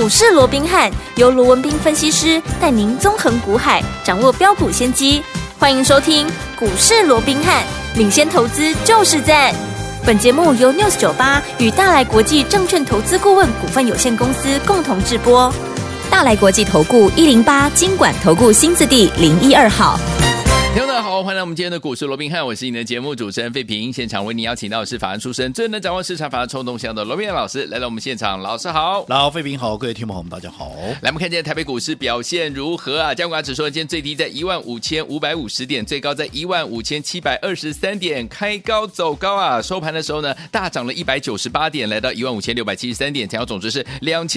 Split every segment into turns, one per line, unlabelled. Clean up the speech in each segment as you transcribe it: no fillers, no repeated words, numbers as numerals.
市罗宾汉由罗文彬分析师带您纵横股海，掌握标股先机。欢迎收听股市罗宾汉，领先投资就是赞。本节目由 News98 与大来国际证券投资顾问股份有限公司共同制播。大来国际投顾108金管投顾新字第012号。
听众大家好，欢迎来我们今天的股市罗宾汉，我是你的节目主持人费平。现场为你邀请到的是法案出身、最能掌握市场法案冲动向的罗宾汉老师来到我们现场，老师好。
老费平好，各位听众朋友们大家好。
来，我们看今天台北股市表现如何啊？加权指数今天最低在15550点，最高在15723点，开高走高啊！收盘的时候呢，大涨了198点，来到15673点，成交总值是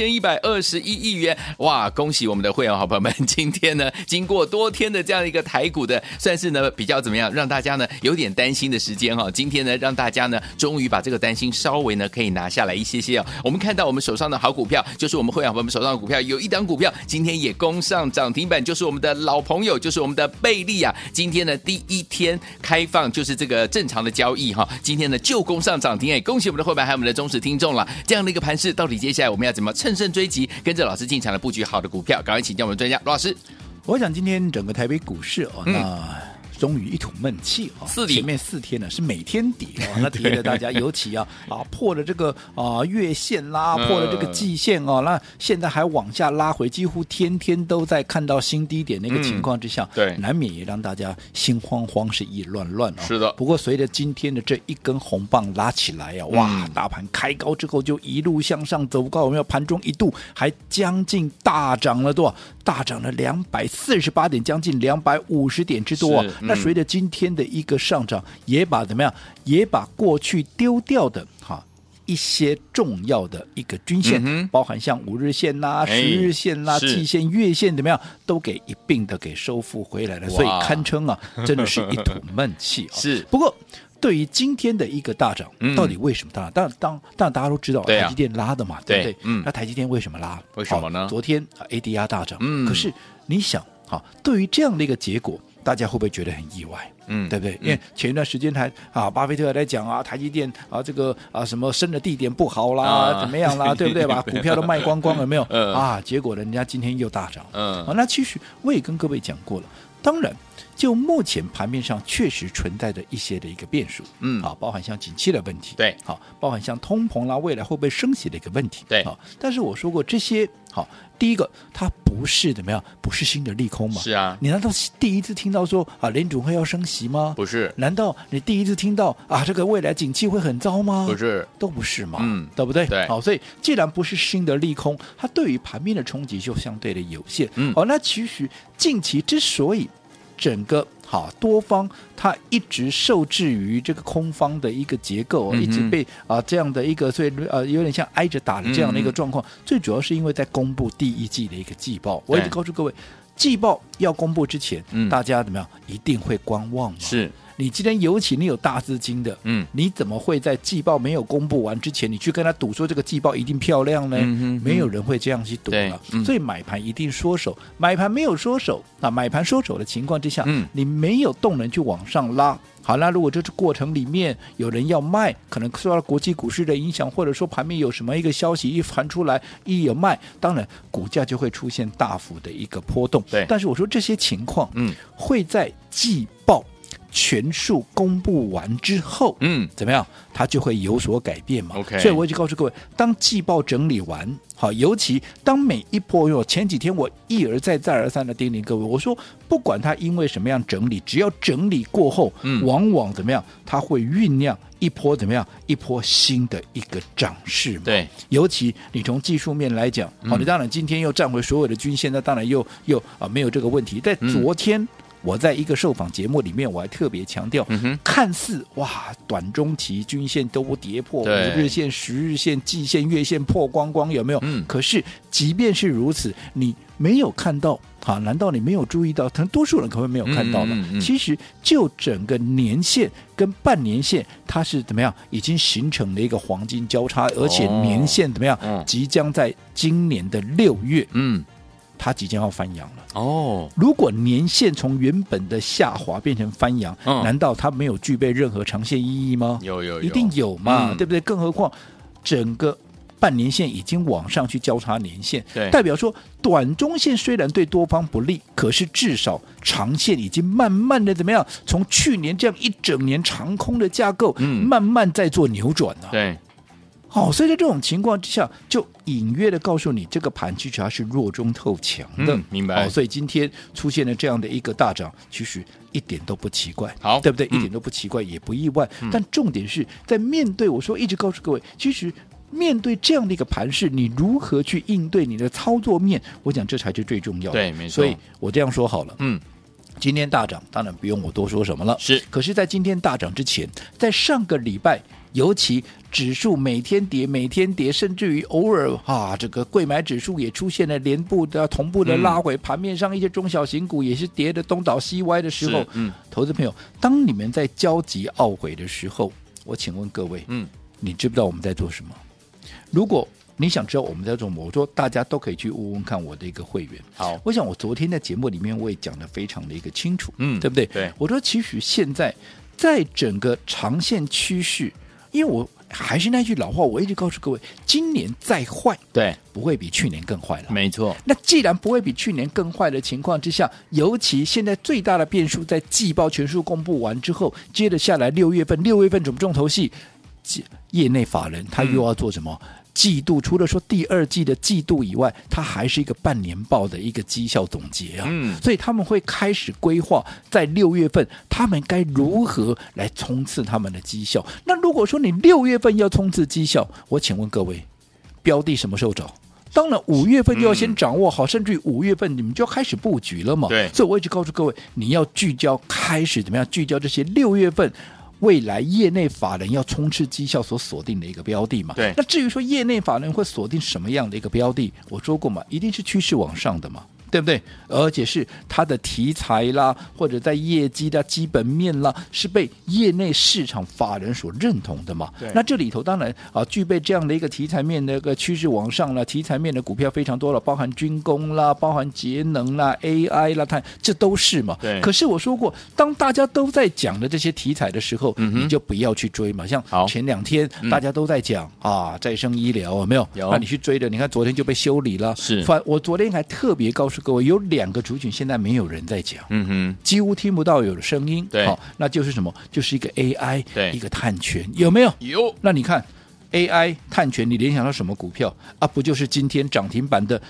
2121亿元。哇，恭喜我们的会员好朋友们！今天呢，经过多天的这样一个台股的算是呢比较怎么样，让大家呢有点担心的时间哈。今天呢，让大家呢终于把这个担心稍微呢可以拿下来一些些哦。我们看到我们手上的好股票，就是我们会员朋友们手上的股票，有一档股票今天也攻上涨停板，就是我们的老朋友，就是我们的贝利啊。今天呢第一天开放就是这个正常的交易哈，今天呢就攻上涨停哎，恭喜我们的会员还有我们的忠实听众了。这样的一个盘势，到底接下来我们要怎么乘胜追击，跟着老师进场的布局好的股票？赶快请教我们专家罗老师。
我想今天整个台北股市那终于一吐闷气啊！前面4天呢是每天跌啊，那跌的大家尤其破了这个月线啦，破了这个季线哦，那现在还往下拉回，几乎天天都在看到新低点那个情况之下，
对，
难免也让大家心慌慌，是意乱乱哦。
是的。不
过随着今天的这一根红棒拉起来啊，哇，大盘开高之后就一路向上走高，有没有？盘中一度还将近大涨了多少？大涨了248点，将近250点之多啊！那随着今天的一个上涨，也把怎么样？也把过去丢掉的一些重要的一个均线，包含像5日线啦、10日线啦、季线、月线怎么样，都给一并的给收复回来了，所以堪称真的是一吐闷气啊！
是，
不过对于今天的一个大涨，到底为什么大涨？当然大家都知道，台积电拉的嘛，对不对？那台积电为什么拉？
为什么呢？
昨天ADR 大涨，可是你想，对于这样的一个结果，大家会不会觉得很意外？对不对？因为前一段时间巴菲特还在讲台积电这个什么生的地点不好啦，怎么样啦，对不对？把股票都卖光光了没有？结果人家今天又大涨。那其实我也跟各位讲过了，当然。就目前盘面上确实存在着一些的一个变数，包含像景气的问题，
对，
包含像通膨啦，未来会不会升息的一个问题，
对，
但是我说过这些，第一个它不是怎么样，不是新的利空嘛，
是啊，
你难道第一次听到说联准会要升息吗？
不是，
难道你第一次听到这个未来景气会很糟吗？
不是，
都不是嘛，对不对？
对，
好，所以既然不是新的利空，它对于盘面的冲击就相对的有限，那其实近期之所以整个多方它一直受制于这个空方的一个结构，一直被这样的一个，所以有点像挨着打的这样的一个状况。最主要是因为在公布第一季的一个季报，我一直告诉各位，季报要公布之前，大家怎么样一定会观望嘛？是。你今天尤其你有大资金的，你怎么会在季报没有公布完之前，你去跟他赌说这个季报一定漂亮呢？没有人会这样去赌了。所以买盘一定缩手，买盘没有缩手，买盘缩手的情况之下，你没有动能去往上拉。好，那如果这过程里面有人要卖，可能受到国际股市的影响，或者说盘面有什么一个消息一传出来，一有卖，当然股价就会出现大幅的一个波动。
对，
但是我说这些情况，会在季报全数公布完之后，怎么样？它就会有所改变嘛。
OK，
所以我一直告诉各位，当季报整理完，尤其当每一波前几天我一而再再而三的叮咛各位，我说不管它因为什么样整理，只要整理过后，往往怎么样？它会酝酿一波怎么样？一波新的一个涨势嘛。
对，
尤其你从技术面来讲，你当然今天又站回所有的均线，那当然又没有这个问题。在昨天。我在一个受访节目里面，我还特别强调，看似短中期均线都跌破5日线、10日线、季线、月线破光光，有没有？可是即便是如此，你没有看到难道你没有注意到？可能多数人可能没有看到的。其实就整个年线跟半年线，它是怎么样？已经形成了一个黄金交叉，而且年线怎么样？即将在今年的6月，它即将要翻扬了。如果年线从原本的下滑变成翻扬，难道它没有具备任何长线意义吗？
有，
一定有嘛，对不对？更何况整个半年线已经往上去交叉年线，
对，
代表说短中线虽然对多方不利，可是至少长线已经慢慢的怎么样？从去年这样一整年长空的架构，慢慢在做扭转了。
对。
好，所以在这种情况之下，就隐约的告诉你，这个盘其实它是弱中透强的，
明白。
所以今天出现了这样的一个大涨，其实一点都不奇怪，
好，
对不对？一点都不奇怪，也不意外。但重点是在面对，我说一直告诉各位，其实面对这样的一个盘势，你如何去应对你的操作面，我讲这才是最重要的。
对，没错。
所以我这样说好了，今天大涨，当然不用我多说什么了。
是，
可是，在今天大涨之前，在上个礼拜，尤其指数每天跌，甚至于偶尔这个柜买指数也出现了连步的同步的拉回，盘面上一些中小型股也是跌的东倒西歪的时候，投资朋友，当你们在焦急懊悔的时候，我请问各位，你知不知道我们在做什么？如果你想知道我们在做什么，我说大家都可以去问问看我的一个会员。
好，
我想我昨天在节目里面我也讲得非常的一个清楚，对不对？
对，
我说其实现在在整个长线趋势，因为我还是那句老话，我一直告诉各位，今年再坏，
对，
不会比去年更坏了。
没错。
那既然不会比去年更坏的情况之下，尤其现在最大的变数在季报全数公布完之后，接着下来6月份怎么重头戏？业内法人他又要做什么？季度除了说第二季的季度以外，它还是一个半年报的一个绩效总结啊，所以他们会开始规划在6月份他们该如何来冲刺他们的绩效。那如果说你6月份要冲刺绩效，我请问各位，标的什么时候找？当然5月份就要先掌握好，甚至于5月份你们就要开始布局了嘛。
对，
所以我一直告诉各位，你要聚焦，开始怎么样聚焦这些6月份未来业内法人要冲刺绩效所锁定的一个标的嘛。
对。
那至于说业内法人会锁定什么样的一个标的，我说过嘛，一定是趋势往上的嘛，对不对？而且是它的题材啦，或者在业绩的基本面啦，是被业内市场法人所认同的嘛。那这里头当然具备这样的一个题材面的一个趋势往上了，题材面的股票非常多了，包含军工啦，包含节能啦 ，AI 啦，这都是嘛。
对。
可是我说过，当大家都在讲的这些题材的时候，你就不要去追嘛。像前2天大家都在讲再生医疗有没有？
有。
那你去追的，你看昨天就被修理了。
是。
我昨天还特别告诉各位，有2个族群现在没有人在讲，几乎听不到有的声音。
对。
那就是什么？就是一个 AI，
对，
一个碳权，有没有？
有。
那你看 AI 碳权，你联想到什么股票啊？不就是今天涨停板的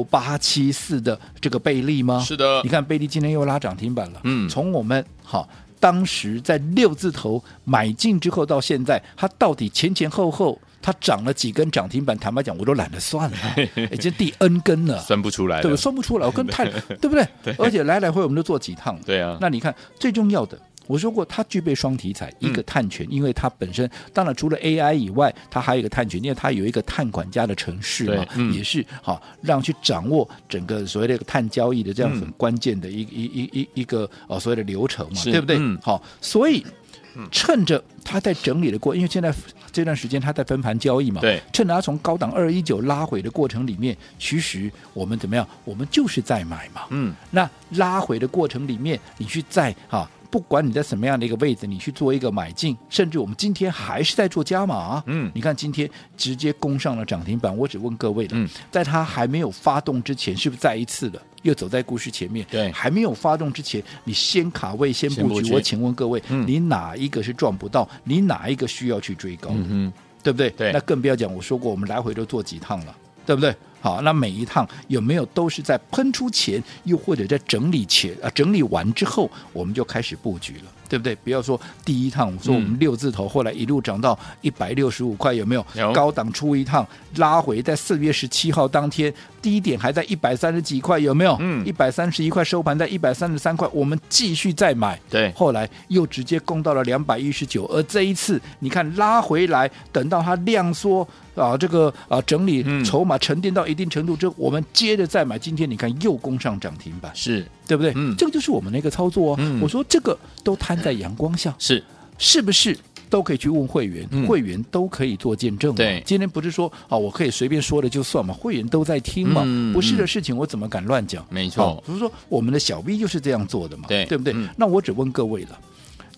6874的这个贝利吗？
是的。
你看贝利今天又拉涨停板了。从我们当时在6字头买进之后到现在，它到底前后它涨了几根涨停板？坦白讲，我都懒得算了，已经第 N 根了，
算不出来了，
对，算不出来，我跟太对不对？
对。
而且来回我们都做几趟了。
对啊。
那你看最重要的，我说过它具备双题材，一个碳权，因为它本身当然除了 AI 以外，它还有一个碳权，因为它有一个碳管家的程式嘛，也是让去掌握整个所谓的碳交易的这样很关键的一个所谓的流程嘛，对不对？所以趁着它在整理的过程，因为现在这段时间它在分盘交易嘛，
对，
趁着它从高档219拉回的过程里面，其实我们怎么样？我们就是在买嘛，那拉回的过程里面，你去在不管你在什么样的一个位置，你去做一个买进，甚至我们今天还是在做加码。你看今天直接攻上了涨停板。我只问各位了，在它还没有发动之前，是不是再一次的又走在故事前面？
对，
还没有发动之前，你先卡位先布局。我请问各位，你哪一个是赚不到？你哪一个需要去追高？对不对？
对，
那更不要讲，我说过我们来回都做几趟了，对不对？好，那每一趟有没有都是在喷出前，又或者在整理前整理完之后，我们就开始布局了，对不对？不要说第一趟，我说我们6字头，后来一路涨到165块，有没有？
有。
高档出一趟，拉回在4月17号当天，低点还在130几块，有没有？131块收盘在133块，我们继续再买。
对。
后来又直接攻到了219，而这一次你看拉回来，等到它量缩。这个整理筹码沉淀到一定程度之后，我们接着再买。今天你看又攻上涨停板，
是
对不对？这个就是我们的一个操作我说这个都摊在阳光下，是不是都可以去问会员？会员都可以做见证。
对，
今天不是说我可以随便说了就算嘛，会员都在听嘛。不是的事情我怎么敢乱讲？
没错，
比如说我们的小 V 就是这样做的嘛，对不对？那我只问各位了。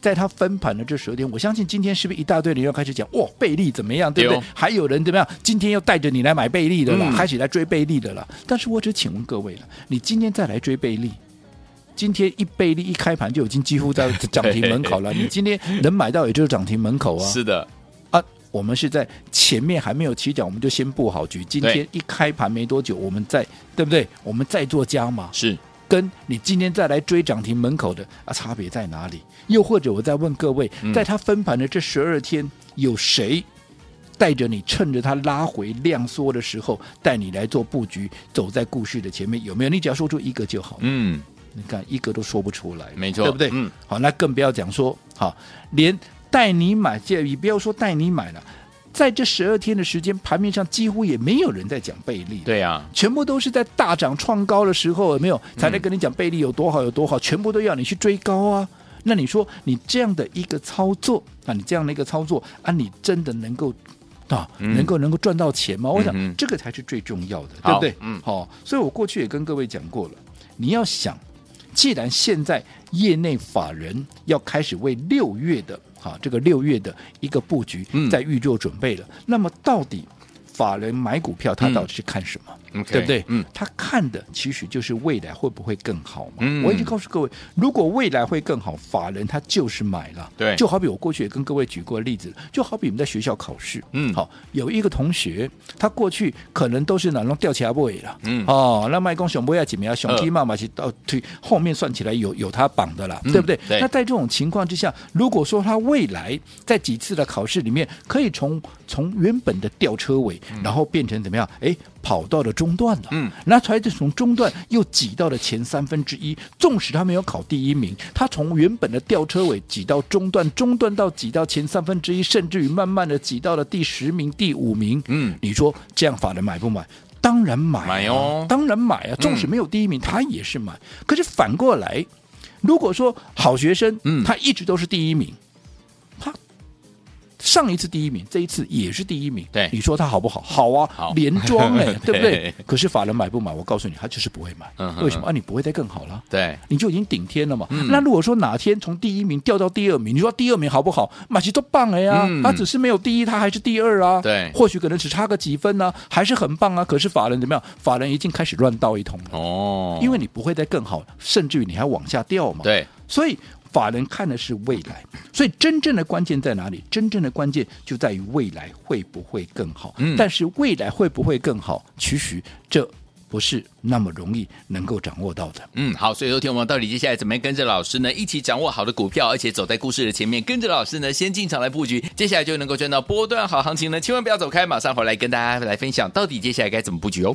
在它分盘的这12天，我相信今天是不是一大堆人要开始讲哇贝利怎么样，对不对？还有人怎么样？今天又带着你来买贝利的了，开始来追贝利的了。但是我只请问各位了，你今天再来追贝利？今天贝利一开盘就已经几乎在涨停门口了，你今天能买到也就是涨停门口啊。
是的
啊，我们是在前面还没有起涨，我们就先布好局。今天一开盘没多久，我们再对不对？我们再做加码，
是
跟你今天再来追涨停门口的差别在哪里？又或者我再问各位，在它分盘的这12天，有谁带着你趁着它拉回量缩的时候，带你来做布局，走在故事的前面？有没有？你只要说出一个就好。你看一个都说不出来，
没错，
对不对？好，那更不要讲说，好，连带你买，你不要说带你买了，在这12天的时间，盘面上几乎也没有人在讲贝利，
对啊，
全部都是在大涨创高的时候，有没有才在跟你讲贝利有多好有多好，全部都要你去追高啊。那你说你这样的一个操作啊，你这样的一个操作啊，你真的能够能够赚到钱吗？我想这个才是最重要的，对不对？好，所以我过去也跟各位讲过了，你要想。既然现在业内法人要开始为6月的这个6月的一个布局在预做准备了，那么到底法人买股票他到底是看什么？对不对？他看的其实就是未来会不会更好嘛。我已经告诉各位，如果未来会更好，法人他就是买了。
对，
就好比我过去也跟各位举过例子，就好比我们在学校考试，好，有一个同学他过去可能都是哪种掉起来不尾了，那卖公熊不要几秒，熊 K 嘛嘛是到推后面算起来有他绑的啦，对不对？那在这种情况之下，如果说他未来在几次的考试里面可以从原本的吊车尾，然后变成怎么样？跑到了中段了，那才从中段又挤到了前1/3，纵使他没有考第1名，他从原本的吊车尾挤到中段，中段到挤到前1/3，甚至于慢慢的挤到了第10名、第5名。你说这样法人买不买？当然买哦，当然买啊！纵使没有第1名，他也是买。可是反过来，如果说好学生，他一直都是第1名，他上一次第1名，这一次也是第1名，
对，
你说他好不好？好啊，好连庄对不对？可是法人买不买？我告诉你，他就是不会买。为什么？你不会再更好了？
对，
你就已经顶天了嘛。那如果说哪天从第1名掉到第2名，你说第2名好不好？马奇都棒了呀，他只是没有第1，他还是第2啊。
对，
或许可能只差个几分啊，还是很棒啊。可是法人怎么样？法人已经开始乱倒一通了。因为你不会再更好，甚至于你还往下掉嘛。
对，
所以法人看的是未来，所以真正的关键在哪里？真正的关键就在于未来会不会更好。但是未来会不会更好，其实这不是那么容易能够掌握到的。
好，所以有听我们到底接下来怎么样跟着老师呢一起掌握好的股票，而且走在故事的前面，跟着老师呢先进场来布局，接下来就能够赚到波段好行情呢？千万不要走开，马上回来跟大家来分享到底接下来该怎么布局哦。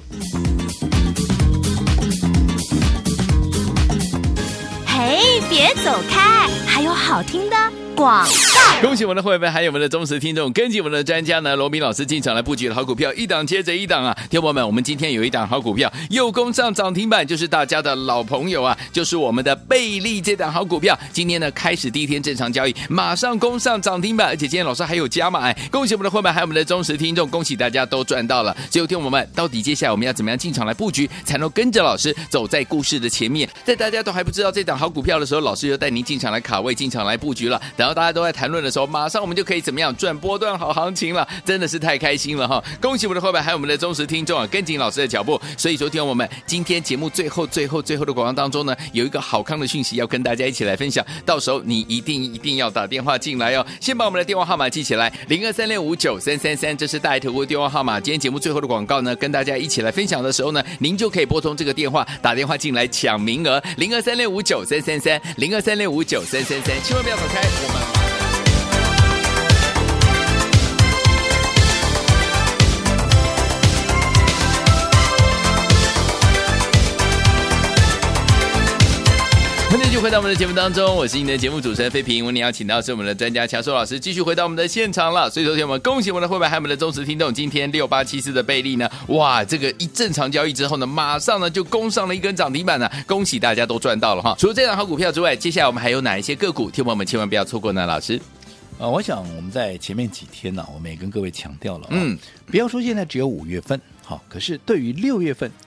嘿，别走开，还有好听的广告。
恭喜我们的会员还有我们的忠实听众，跟紧我们的专家呢罗明老师进场来布局的好股票，一档接着一档啊！听众们，我们今天有一档好股票又攻上涨停板，就是大家的老朋友啊，就是我们的贝利这档好股票。今天呢开始第一天正常交易，马上攻上涨停板，而且今天老师还有加码，恭喜我们的会员还有我们的忠实听众，恭喜大家都赚到了。所以听众们，到底接下来我们要怎么样进场来布局，才能跟着老师走在故事的前面？在大家都还不知道这档好股票的时候，老师就带您进场来卡位，进场来布局了。然后大家都在谈论的时候，马上我们就可以怎么样赚波段好行情了，真的是太开心了哈！恭喜我们的会员还有我们的忠实听众啊，跟紧老师的脚步。所以说听我们今天节目最后的广告当中呢，有一个好康的讯息要跟大家一起来分享，到时候你一定要打电话进来哦。先把我们的电话号码记起来，0236593333，这是大爱投顾电话号码。今天节目最后的广告呢，跟大家一起来分享的时候呢，您就可以拨通这个电话，打电话进来抢名额，0236593333，0236593333，千万不要走开，我们。继续回到我们的节目当中，我是您的节目主持人飞平。我们要请到是我们的专家乔硕老师，继续回到我们的现场了。所以昨天我们恭喜我们的会员还有我们的忠实听众，今天6874的贝利呢，哇，这个一正常交易之后呢，马上呢就攻上了一根涨停板呢，恭喜大家都赚到了哈。除了这档好股票之外，接下来我们还有哪一些个股，听众们千万不要错过呢？老师，
我想我们在前面几天呢，我们也跟各位强调了，不要说现在只有5月份。好，可是对于6月份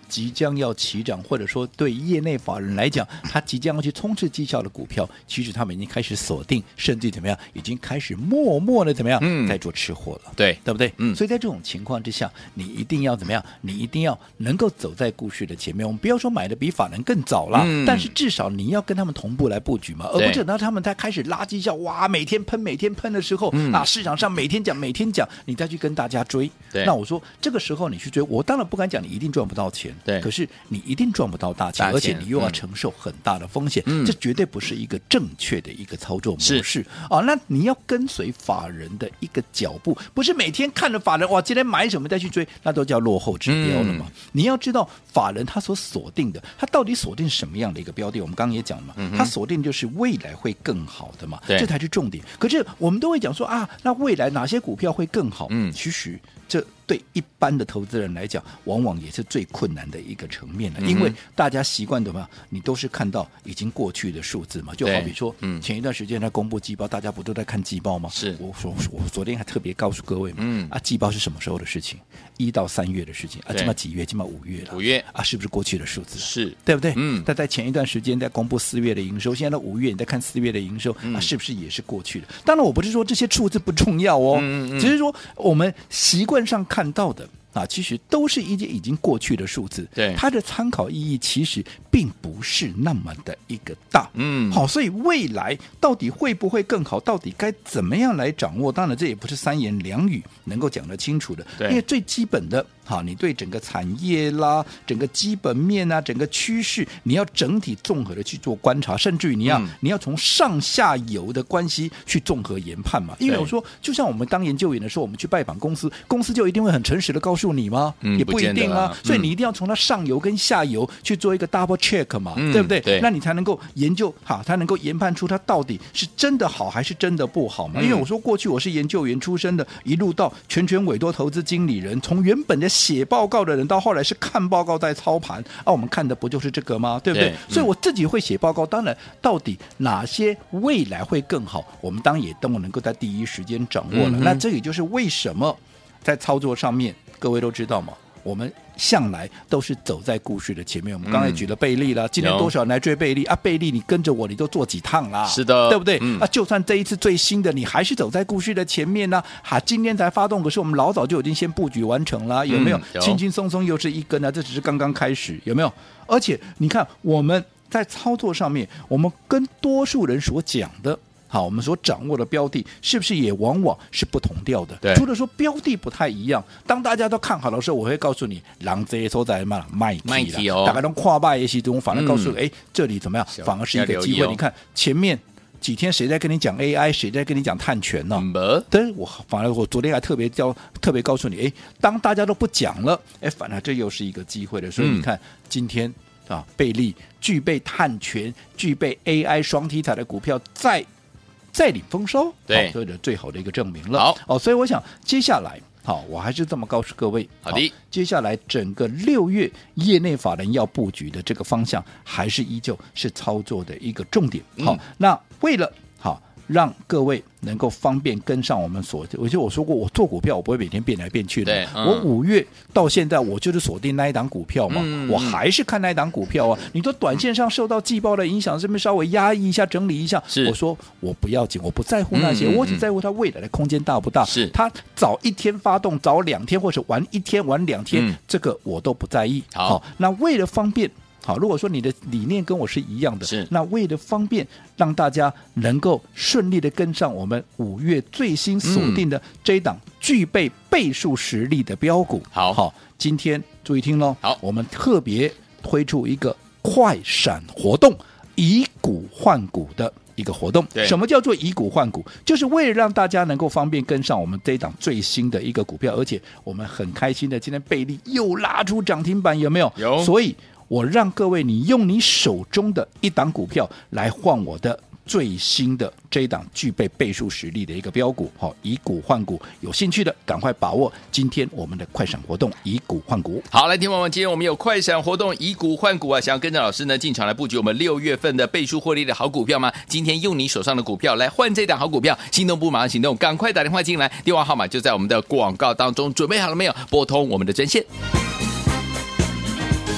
即将要起涨，或者说对业内法人来讲，他即将要去冲刺绩效的股票，其实他们已经开始锁定，甚至怎么样，已经开始默默的怎么样，在做吃货了，
对
不对？
所
以在这种情况之下，你一定要怎么样？你一定要能够走在故事的前面。我们不要说买的比法人更早了，但是至少你要跟他们同步来布局嘛，而不是等到他们在开始拉绩效，哇，每天喷的时候，市场上每天讲，你再去跟大家追。那我说这个时候你去追，我当然不敢讲你一定赚不到钱，
对，
可是你一定赚不到大钱，而且你又要承受很大的风险，这绝对不是一个正确的一个操作模式啊。那你要跟随法人的一个脚步，不是每天看着法人哇今天买什么再去追，那都叫落后指标了嘛。你要知道法人他所锁定的，他到底锁定什么样的一个标的？我们刚刚也讲了嘛，他锁定就是未来会更好的嘛，这才是重点。可是我们都会讲说啊，那未来哪些股票会更好？其实这对一般的投资人来讲，往往也是最困难的一个层面了，因为大家习惯的嘛，你都是看到已经过去的数字嘛，就好比说，前一段时间他公布季报，大家不都在看季报吗？
是，
我昨天还特别告诉各位嘛，季报是什么时候的事情？1到3月的事情啊，这么几月？这么5月了，5月啊，是不是过去的数字？
是，
对不对？但在前一段时间在公布4月的营收，现在到5月你在看4月的营收啊，是不是也是过去的？当然，我不是说这些数字不重要哦，只是说我们习惯上看到的。其实都是一些已经过去的数字，
对
它的参考意义其实并不是那么的一个大，好，所以未来到底会不会更好，到底该怎么样来掌握？当然这也不是3言2语能够讲得清楚的，因为最基本的，好，你对整个产业啦、整个基本面啊、整个趋势，你要整体综合的去做观察，甚至于你要从上下游的关系去综合研判嘛。因为我说，就像我们当研究员的时候，我们去拜访公司，公司就一定会很诚实的告诉你吗？也不一定啊。所以你一定要从它上游跟下游去做一个 double check 嘛，对不对？
对，
那你才能够研究好，才能够研判出它到底是真的好还是真的不好嘛。因为我说过去我是研究员出身的，一路到全权委托投资经理人，从原本的写报告的人到后来是看报告在操盘啊，我们看的不就是这个吗？对不对？所以我自己会写报告，当然到底哪些未来会更好，我们当然也都能够在第一时间掌握了。那这也就是为什么在操作上面，各位都知道嘛，我们向来都是走在故事的前面。我们刚才举了贝利了，今天多少人来追贝利啊？贝利你跟着我，你都做几趟啦？
是的，
对不对？啊，就算这一次最新的，你还是走在故事的前面呢。今天才发动，可是我们老早就已经先布局完成了，有没有？轻轻松松又是一根啊，这只是刚刚开始，有没有？而且你看我们在操作上面，我们跟多数人所讲的。好，我们所掌握的标的是不是也往往是不同调的？除了说标的不太一样，当大家都看好的时候，我会告诉你，狼这些所在嘛卖气了，大概都跨败一些东西，反而告诉你，这里怎么样？反而是一个机会。你看前面几天谁在跟你讲 AI， 谁在跟你讲碳权呢？但是反而我昨天还特别告诉你，当大家都不讲了，反而这又是一个机会了。所以你看今天啊，贝利具备碳权、具备 AI 双题材的股票再领丰收，
对，
这是最好的一个证明了。好，所以我想接下来，好，我还是这么告诉各位，
好的，
接下来整个6月业内法人要布局的这个方向，还是依旧是操作的一个重点。好，那为了好让各位能够方便跟上我们我说过，我做股票我不会每天变来变去的。我5月到现在我就是锁定那一档股票嘛，我还是看那一档股票啊。你说短线上受到季报的影响，是不是稍微压抑一下、整理一下？我说我不要紧，我不在乎那些，我只在乎它未来的空间大不大。
是它
早1天发动，早2天，或者晚1天、晚2天，这个我都不在意。好，那为了方便。好，如果说你的理念跟我是一样的，那为了方便让大家能够顺利的跟上我们5月最新锁定的这一档具备倍数实力的标股。好，今天注意听咯，好，我们特别推出一个快闪活动，以股换股的一个活动。什么叫做以股换股？就是为了让大家能够方便跟上我们这一档最新的一个股票，而且我们很开心的，今天贝利又拉出涨停板，有没有？
有。
所以我让各位你用你手中的一档股票来换我的最新的这一档具备倍数实力的一个标股。好，以股换股，有兴趣的赶快把握今天我们的快闪活动，以股换股。
好，来听我们今天我们有快闪活动，以股换股啊！想要跟着老师呢进场来布局我们6月份的倍数获利的好股票吗？今天用你手上的股票来换这档好股票，心动不马上行动，赶快打电话进来，电话号码就在我们的广告当中，准备好了没有？拨通我们的专线。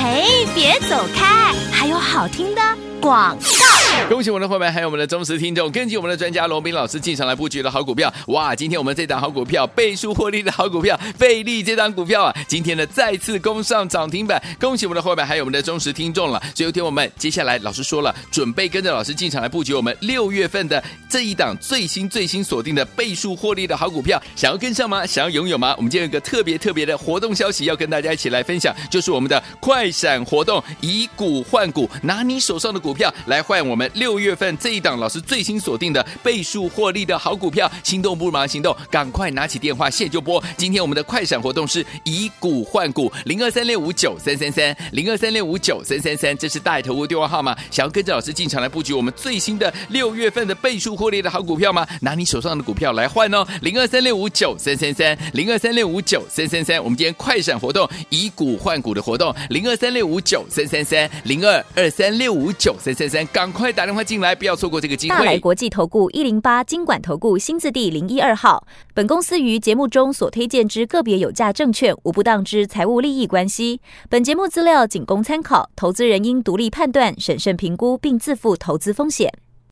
嘿，别走开，还有好听的广告。
恭喜我们的伙伴，还有我们的忠实听众，根据我们的专家罗宾老师进场来布局的好股票。哇，今天我们这档好股票，倍数获利的好股票，倍利这档股票啊，今天呢再次攻上涨停板。恭喜我们的伙伴，还有我们的忠实听众了。所以听我们接下来老师说了，准备跟着老师进场来布局我们6月份的这一档最新锁定的倍数获利的好股票。想要跟上吗？想要拥有吗？我们今天有一个特别的活动消息要跟大家一起来分享，就是我们的快闪活动，以股换股，拿你手上的股票来换我们6月份这一档老师最新锁定的倍数获利的好股票。心动不如马上行动，赶快拿起电话现就拨。今天我们的快闪活动是以股换股，0236593333 0236593333，这是大头屋电话号码。想要跟着老师进场来布局我们最新的6月份的倍数获利的好股票吗？拿你手上的股票来换哦，0236593333 0236593333。我们今天快闪活动以股换股的活动，0236593333 0223659333，赶快打电话进来，不要错过这个机会。
大来国际投顾108金管投顾新字第012号。本公司于节目中所推荐之个别有价证券，无不当之财务利益关系。本节目资料仅供参考，投资人应独立判断、审慎评估，并自负投资风险。